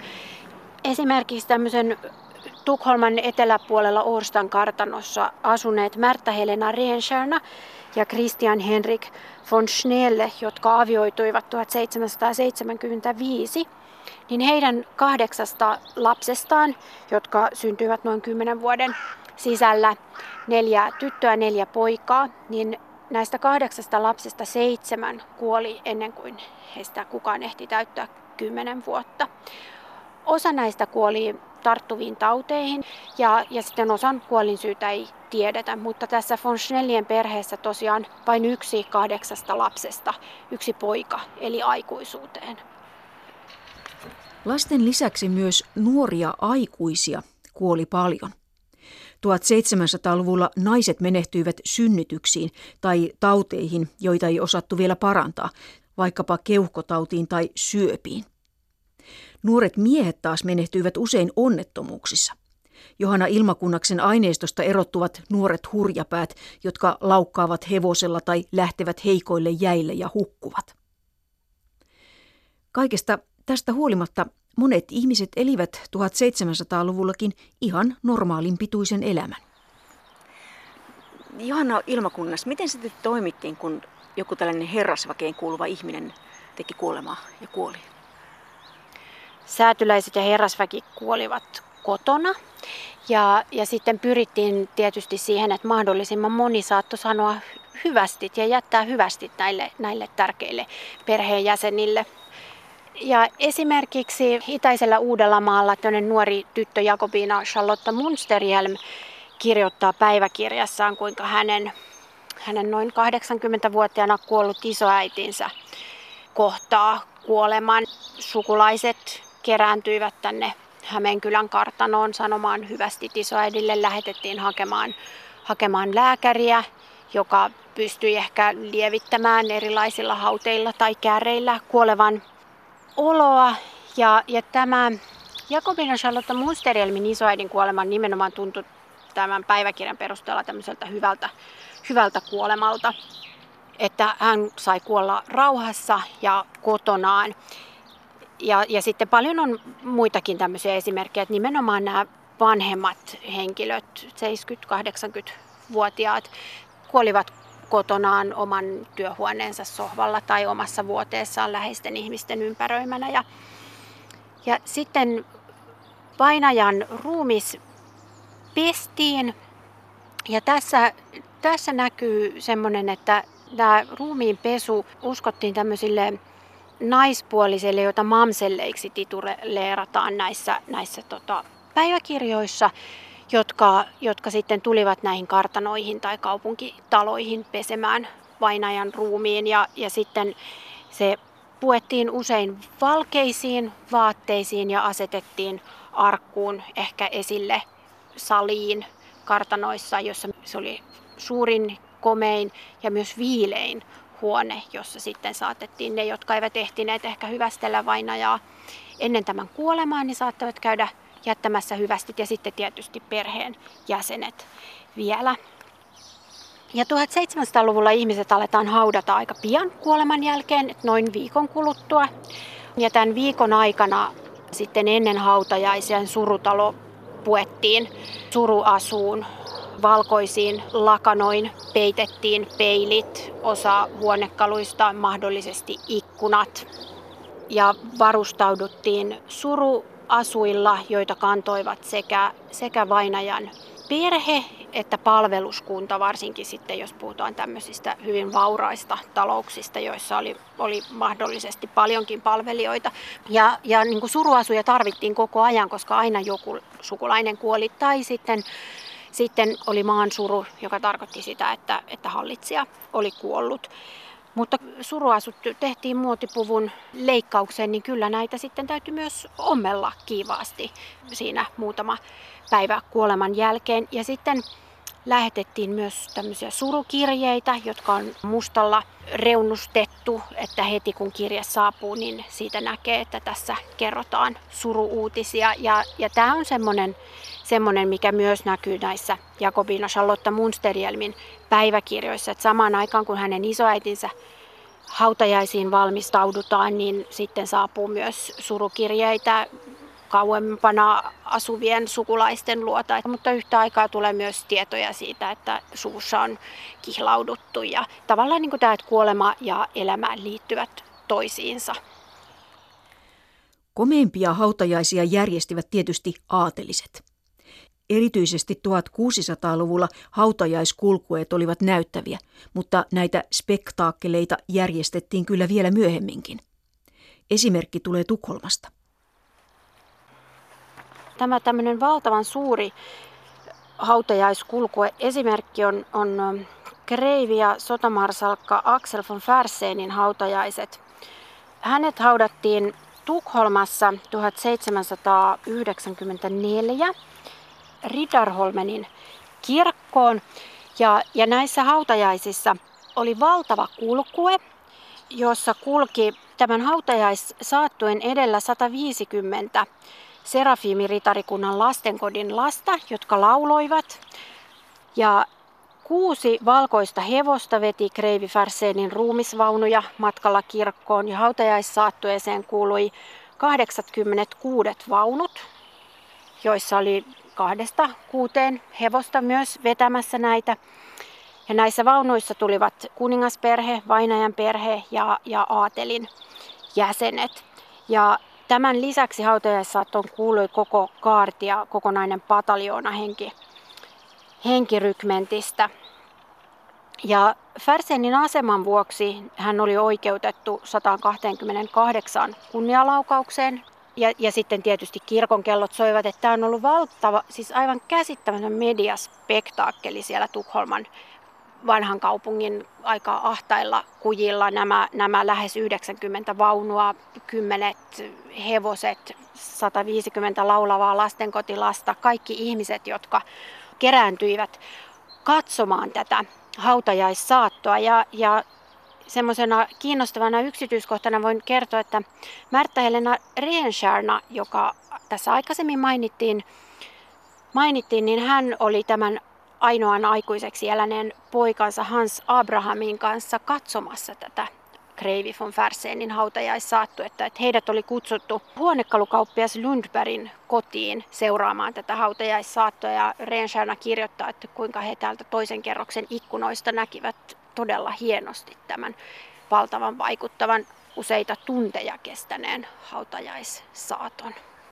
[SPEAKER 5] Esimerkiksi tämmöisen Tukholman eteläpuolella Årstan kartanossa asuneet Märta-Helena Rehnstierna ja Christian Henrik von Schnelle, jotka avioituivat tuhatseitsemänsataaseitsemänkymmentäviisi, niin heidän kahdeksasta lapsestaan, jotka syntyivät noin kymmenen vuoden sisällä, neljä tyttöä, neljä poikaa, niin näistä kahdeksasta lapsesta seitsemän kuoli ennen kuin heistä kukaan ehti täyttää kymmenen vuotta. Osa näistä kuoli tarttuviin tauteihin ja, ja sitten osan kuolinsyytä ei tiedetä, mutta tässä von Schnellien perheessä tosiaan vain yksi kahdeksasta lapsesta, yksi poika, eli aikuisuuteen.
[SPEAKER 3] Lasten lisäksi myös nuoria aikuisia kuoli paljon. tuhatseitsemänsataaluvulla naiset menehtyivät synnytyksiin tai tauteihin, joita ei osattu vielä parantaa, vaikkapa keuhkotautiin tai syöpiin. Nuoret miehet taas menehtyivät usein onnettomuuksissa. Johanna Ilmakunnaksen aineistosta erottuvat nuoret hurjapäät, jotka laukkaavat hevosella tai lähtevät heikoille jäille ja hukkuvat. Kaikesta tästä huolimatta monet ihmiset elivät tuhatseitsemänsataaluvullakin ihan normaalin pituisen elämän.
[SPEAKER 1] Johanna Ilmakunnas, miten sitten toimittiin, kun joku tällainen herrasväkeen kuuluva ihminen teki kuolemaa ja kuoli?
[SPEAKER 5] Säätyläiset ja herrasväki kuolivat kotona ja, ja sitten pyrittiin tietysti siihen, että mahdollisimman moni saattoi sanoa hyvästit ja jättää hyvästit näille, näille tärkeille perheenjäsenille. Ja esimerkiksi itäisellä Uudellamaalla tämmöinen nuori tyttö Jakobina Charlotta Munsterhjelm kirjoittaa päiväkirjassaan, kuinka hänen, hänen noin kahdeksankymmentävuotiaana kuollut isoäitinsä kohtaa kuoleman. Sukulaiset kerääntyivät tänne Hämeenkylän kartanoon sanomaan hyvästit isoäidille. Lähetettiin hakemaan, hakemaan lääkäriä, joka pystyi ehkä lievittämään erilaisilla hauteilla tai kääreillä kuolevan oloa. Ja, ja tämä Jakobina Charlotta Munsterhjelmin isoäidin kuoleman nimenomaan tuntui tämän päiväkirjan perusteella tämmöiseltä hyvältä, hyvältä kuolemalta. Että hän sai kuolla rauhassa ja kotonaan. Ja, ja sitten paljon on muitakin tämmöisiä esimerkkejä, että nimenomaan nämä vanhemmat henkilöt, seitsemänkymmentä-kahdeksankymmentävuotiaat, kuolivat kotonaan oman työhuoneensa sohvalla tai omassa vuoteessaan läheisten ihmisten ympäröimänä. Ja, ja sitten vainajan ruumis pestiin ja tässä, tässä näkyy semmoinen, että tämä ruumiin pesu uskottiin tämmöisille naispuolisille, joita mamselleiksi tituleerataan näissä, näissä tota, päiväkirjoissa. jotka, jotka sitten tulivat näihin kartanoihin tai kaupunkitaloihin pesemään vainajan ruumiin. Ja, ja sitten se puettiin usein valkeisiin vaatteisiin ja asetettiin arkkuun, ehkä esille saliin kartanoissa, jossa se oli suurin, komein ja myös viilein huone, jossa sitten saatettiin ne, jotka eivät ehtineet ehkä hyvästellä vainajaa ennen tämän kuolemaa, niin saattavat käydä jättämässä hyvästit ja sitten tietysti perheen jäsenet vielä. Ja tuhatseitsemänsataaluvulla ihmiset aletaan haudata aika pian kuoleman jälkeen, noin viikon kuluttua. Ja tämän viikon aikana sitten ennen hautajaisia surutalo puettiin suruasuun. Valkoisiin lakanoin peitettiin peilit, osa huonekaluista, mahdollisesti ikkunat. Ja varustauduttiin suruasuilla, joita kantoivat sekä, sekä vainajan perhe että palveluskunta, varsinkin sitten jos puhutaan tämmöisistä hyvin vauraista talouksista, joissa oli, oli mahdollisesti paljonkin palvelijoita. Ja, ja niin kuin suruasuja tarvittiin koko ajan, koska aina joku sukulainen kuoli tai sitten Sitten oli maansuru, joka tarkoitti sitä, että, että hallitsija oli kuollut. Mutta suruasut tehtiin muotipuvun leikkaukseen, niin kyllä näitä sitten täytyy myös ommella kiivaasti siinä muutama päivä kuoleman jälkeen. Ja sitten lähetettiin myös tämmöisiä surukirjeitä, jotka on mustalla reunustettu, että heti kun kirje saapuu, niin siitä näkee, että tässä kerrotaan suruuutisia. Ja, ja tämä on semmoinen, semmoinen, mikä myös näkyy näissä Jakobina Charlotta Munsterhjelmin päiväkirjoissa, että samaan aikaan kun hänen isoäitinsä hautajaisiin valmistaudutaan, niin sitten saapuu myös surukirjeitä kauempana asuvien sukulaisten luota. Mutta yhtä aikaa tulee myös tietoja siitä, että suvussa on kihlauduttu ja tavallaan niin kuin tämä, että kuolema ja elämä liittyvät toisiinsa.
[SPEAKER 3] Komeimpia hautajaisia järjestivät tietysti aateliset. Erityisesti tuhatkuusisataaluvulla hautajaiskulkueet olivat näyttäviä, mutta näitä spektaakkeleita järjestettiin kyllä vielä myöhemminkin. Esimerkki tulee Tukholmasta.
[SPEAKER 5] Tämä tämmöinen valtavan suuri hautajaiskulkue esimerkki on, on kreivi ja sotamarsalkka Axel von Fersenin hautajaiset. Hänet haudattiin Tukholmassa tuhatseitsemänsataayhdeksänkymmentäneljä Riddarholmenin kirkkoon. Ja, ja näissä hautajaisissa oli valtava kulkue, jossa kulki tämän hautajaissaattuen edellä sata viisikymmentä Serafiimiritarikunnan lastenkodin lasta, jotka lauloivat. Ja kuusi valkoista hevosta veti kreivi Fersenin ruumisvaunuja matkalla kirkkoon ja hautajaissaattueeseen kuului kahdeksankymmentäkuusi vaunut, joissa oli kahdesta kuuteen hevosta myös vetämässä näitä. Ja näissä vaunuissa tulivat kuningasperhe, vainajan perhe ja, ja aatelin jäsenet. Ja tämän lisäksi hautajaissaattoon kuului koko kaartia, kokonainen pataljoona henki, henkirykmentistä. Ja Fersenin aseman vuoksi hän oli oikeutettu sata kaksikymmentäkahdeksan kunnialaukaukseen. Ja, ja sitten tietysti kirkon kellot soivat, että tämä on ollut valtava, siis aivan käsittämätön mediaspektaakkeli siellä Tukholman vanhan kaupungin aika ahtailla kujilla. Nämä, nämä lähes yhdeksänkymmentä vaunua, kymmenet hevoset, sata viisikymmentä laulavaa lastenkotilasta, kaikki ihmiset, jotka kerääntyivät katsomaan tätä hautajaissaattoa. Ja, ja semmoisena kiinnostavana yksityiskohtana voin kertoa, että Märta-Helena Rehnstjärna, joka tässä aikaisemmin mainittiin, mainittiin, niin hän oli tämän ainoan aikuiseksi eläneen poikansa Hans Abrahamin kanssa katsomassa tätä kreivi von Fersenin hautajaissaattuetta. Että heidät oli kutsuttu huonekalukauppias Lundbergin kotiin seuraamaan tätä hautajaissaattoa. Ja Rehnstjärna kirjoittaa, että kuinka he täältä toisen kerroksen ikkunoista näkivät todella hienosti tämän valtavan vaikuttavan useita tunteja kestäneen hautajaissaaton.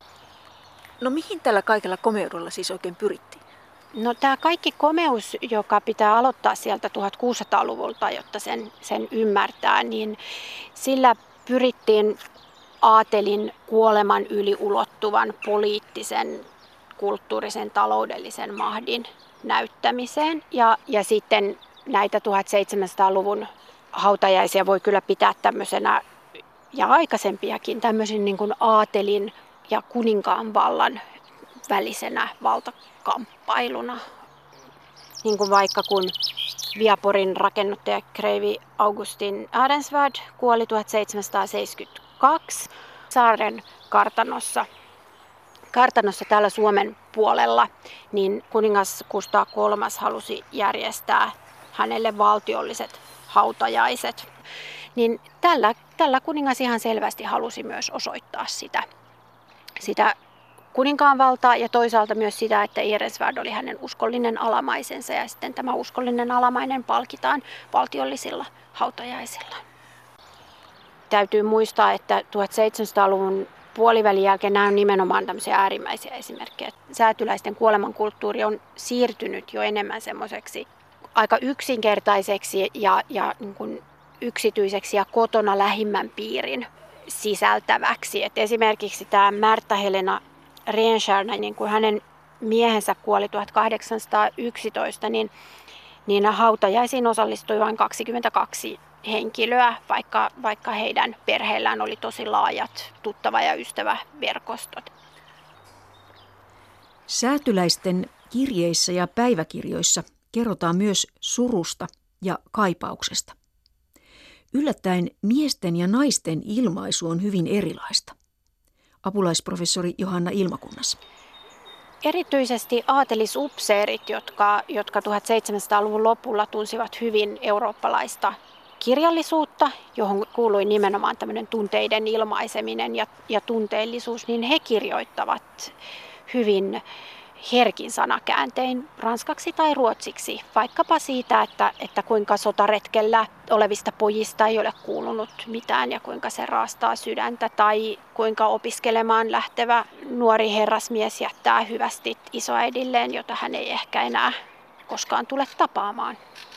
[SPEAKER 1] No mihin tällä kaikella komeudella siis oikein pyrittiin?
[SPEAKER 5] No tämä kaikki komeus, joka pitää aloittaa sieltä tuhatkuusisataaluvulta, jotta sen, sen ymmärtää, niin sillä pyrittiin aatelin kuoleman yli ulottuvan poliittisen kulttuurisen taloudellisen mahdin näyttämiseen. Ja, ja sitten näitä tuhatseitsemänsataaluvun hautajaisia voi kyllä pitää tämmöisenä, ja aikaisempiakin, tämmöisen niin kuin aatelin ja kuninkaan vallan välisenä valtakamppailuna. Niin kuin vaikka kun Viaporin rakennuttaja kreivi Augustin Arensvärd kuoli tuhatseitsemänsataaseitsemänkymmentäkaksi saaren kartanossa. Kartanossa täällä Suomen puolella, niin kuningas Kustaa kolmas halusi järjestää hänelle valtiolliset hautajaiset. Niin tällä, tällä kuningas ihan selvästi halusi myös osoittaa sitä, sitä kuninkaan valtaa ja toisaalta myös sitä, että Arensvärd oli hänen uskollinen alamaisensa ja sitten tämä uskollinen alamainen palkitaan valtiollisilla hautajaisilla. Täytyy muistaa, että tuhatseitsemänsataaluvun puolivälin jälkeen nämä on nimenomaan tämmöisiä äärimmäisiä esimerkkejä. Säätyläisten kuolemankulttuuri on siirtynyt jo enemmän semmoiseksi aika yksinkertaiseksi ja, ja niin kuin yksityiseksi ja kotona lähimmän piirin sisältäväksi. Et esimerkiksi tämä Märta Helena Rehnstjärna, niin kun hänen miehensä kuoli tuhatkahdeksansataayksitoista, niin, niin hautajaisiin osallistui vain kaksikymmentäkaksi henkilöä, vaikka, vaikka heidän perheellään oli tosi laajat tuttava- ja ystäväverkostot.
[SPEAKER 3] Säätyläisten kirjeissä ja päiväkirjoissa kerrotaan myös surusta ja kaipauksesta. Yllättäen miesten ja naisten ilmaisu on hyvin erilaista. Apulaisprofessori Johanna Ilmakunnas.
[SPEAKER 5] Erityisesti aatelisupseerit, jotka, jotka tuhatseitsemänsataaluvun lopulla tunsivat hyvin eurooppalaista kirjallisuutta, johon kuului nimenomaan tämmöinen tunteiden ilmaiseminen ja, ja tunteellisuus, niin he kirjoittavat hyvin herkin sanakääntein ranskaksi tai ruotsiksi, vaikkapa siitä, että, että kuinka sotaretkellä olevista pojista ei ole kuulunut mitään ja kuinka se raastaa sydäntä, tai kuinka opiskelemaan lähtevä nuori herrasmies jättää hyvästit isoäidilleen, jota hän ei ehkä enää koskaan tule tapaamaan.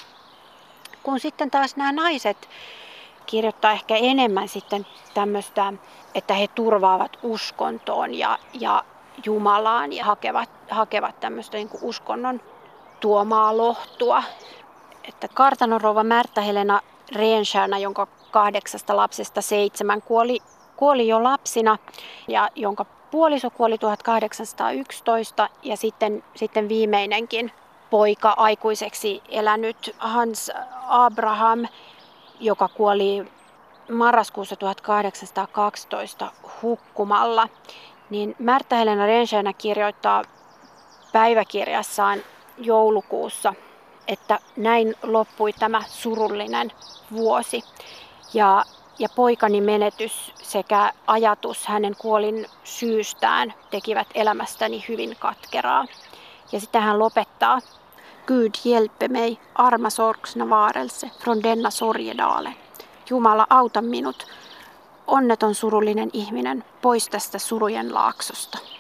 [SPEAKER 5] Kun sitten taas nämä naiset kirjoittaa ehkä enemmän sitten tämmöistä, että he turvaavat uskontoon ja, ja Jumalaan ja hakevat, hakevat tämmöistä niin kuin uskonnon tuomaa lohtua. Että kartanonrouva Märta Helena Rehnstjärna, jonka kahdeksasta lapsesta seitsemän kuoli, kuoli jo lapsina ja jonka puoliso kuoli tuhatkahdeksansataayksitoista ja sitten, sitten viimeinenkin poika aikuiseksi elänyt Hans Abraham, joka kuoli marraskuussa tuhatkahdeksansataakaksitoista hukkumalla. Niin Märta Helena Rehnstjärna kirjoittaa päiväkirjassaan joulukuussa, että näin loppui tämä surullinen vuosi. Ja, ja poikani menetys sekä ajatus hänen kuolin syystään tekivät elämästäni hyvin katkeraa. Ja sitten hän lopettaa: Gud hjälpe mig, arma sorgsna varelse, från denna sorgedale. Jumala, auta minut, onneton surullinen ihminen, pois tästä surujen laaksosta.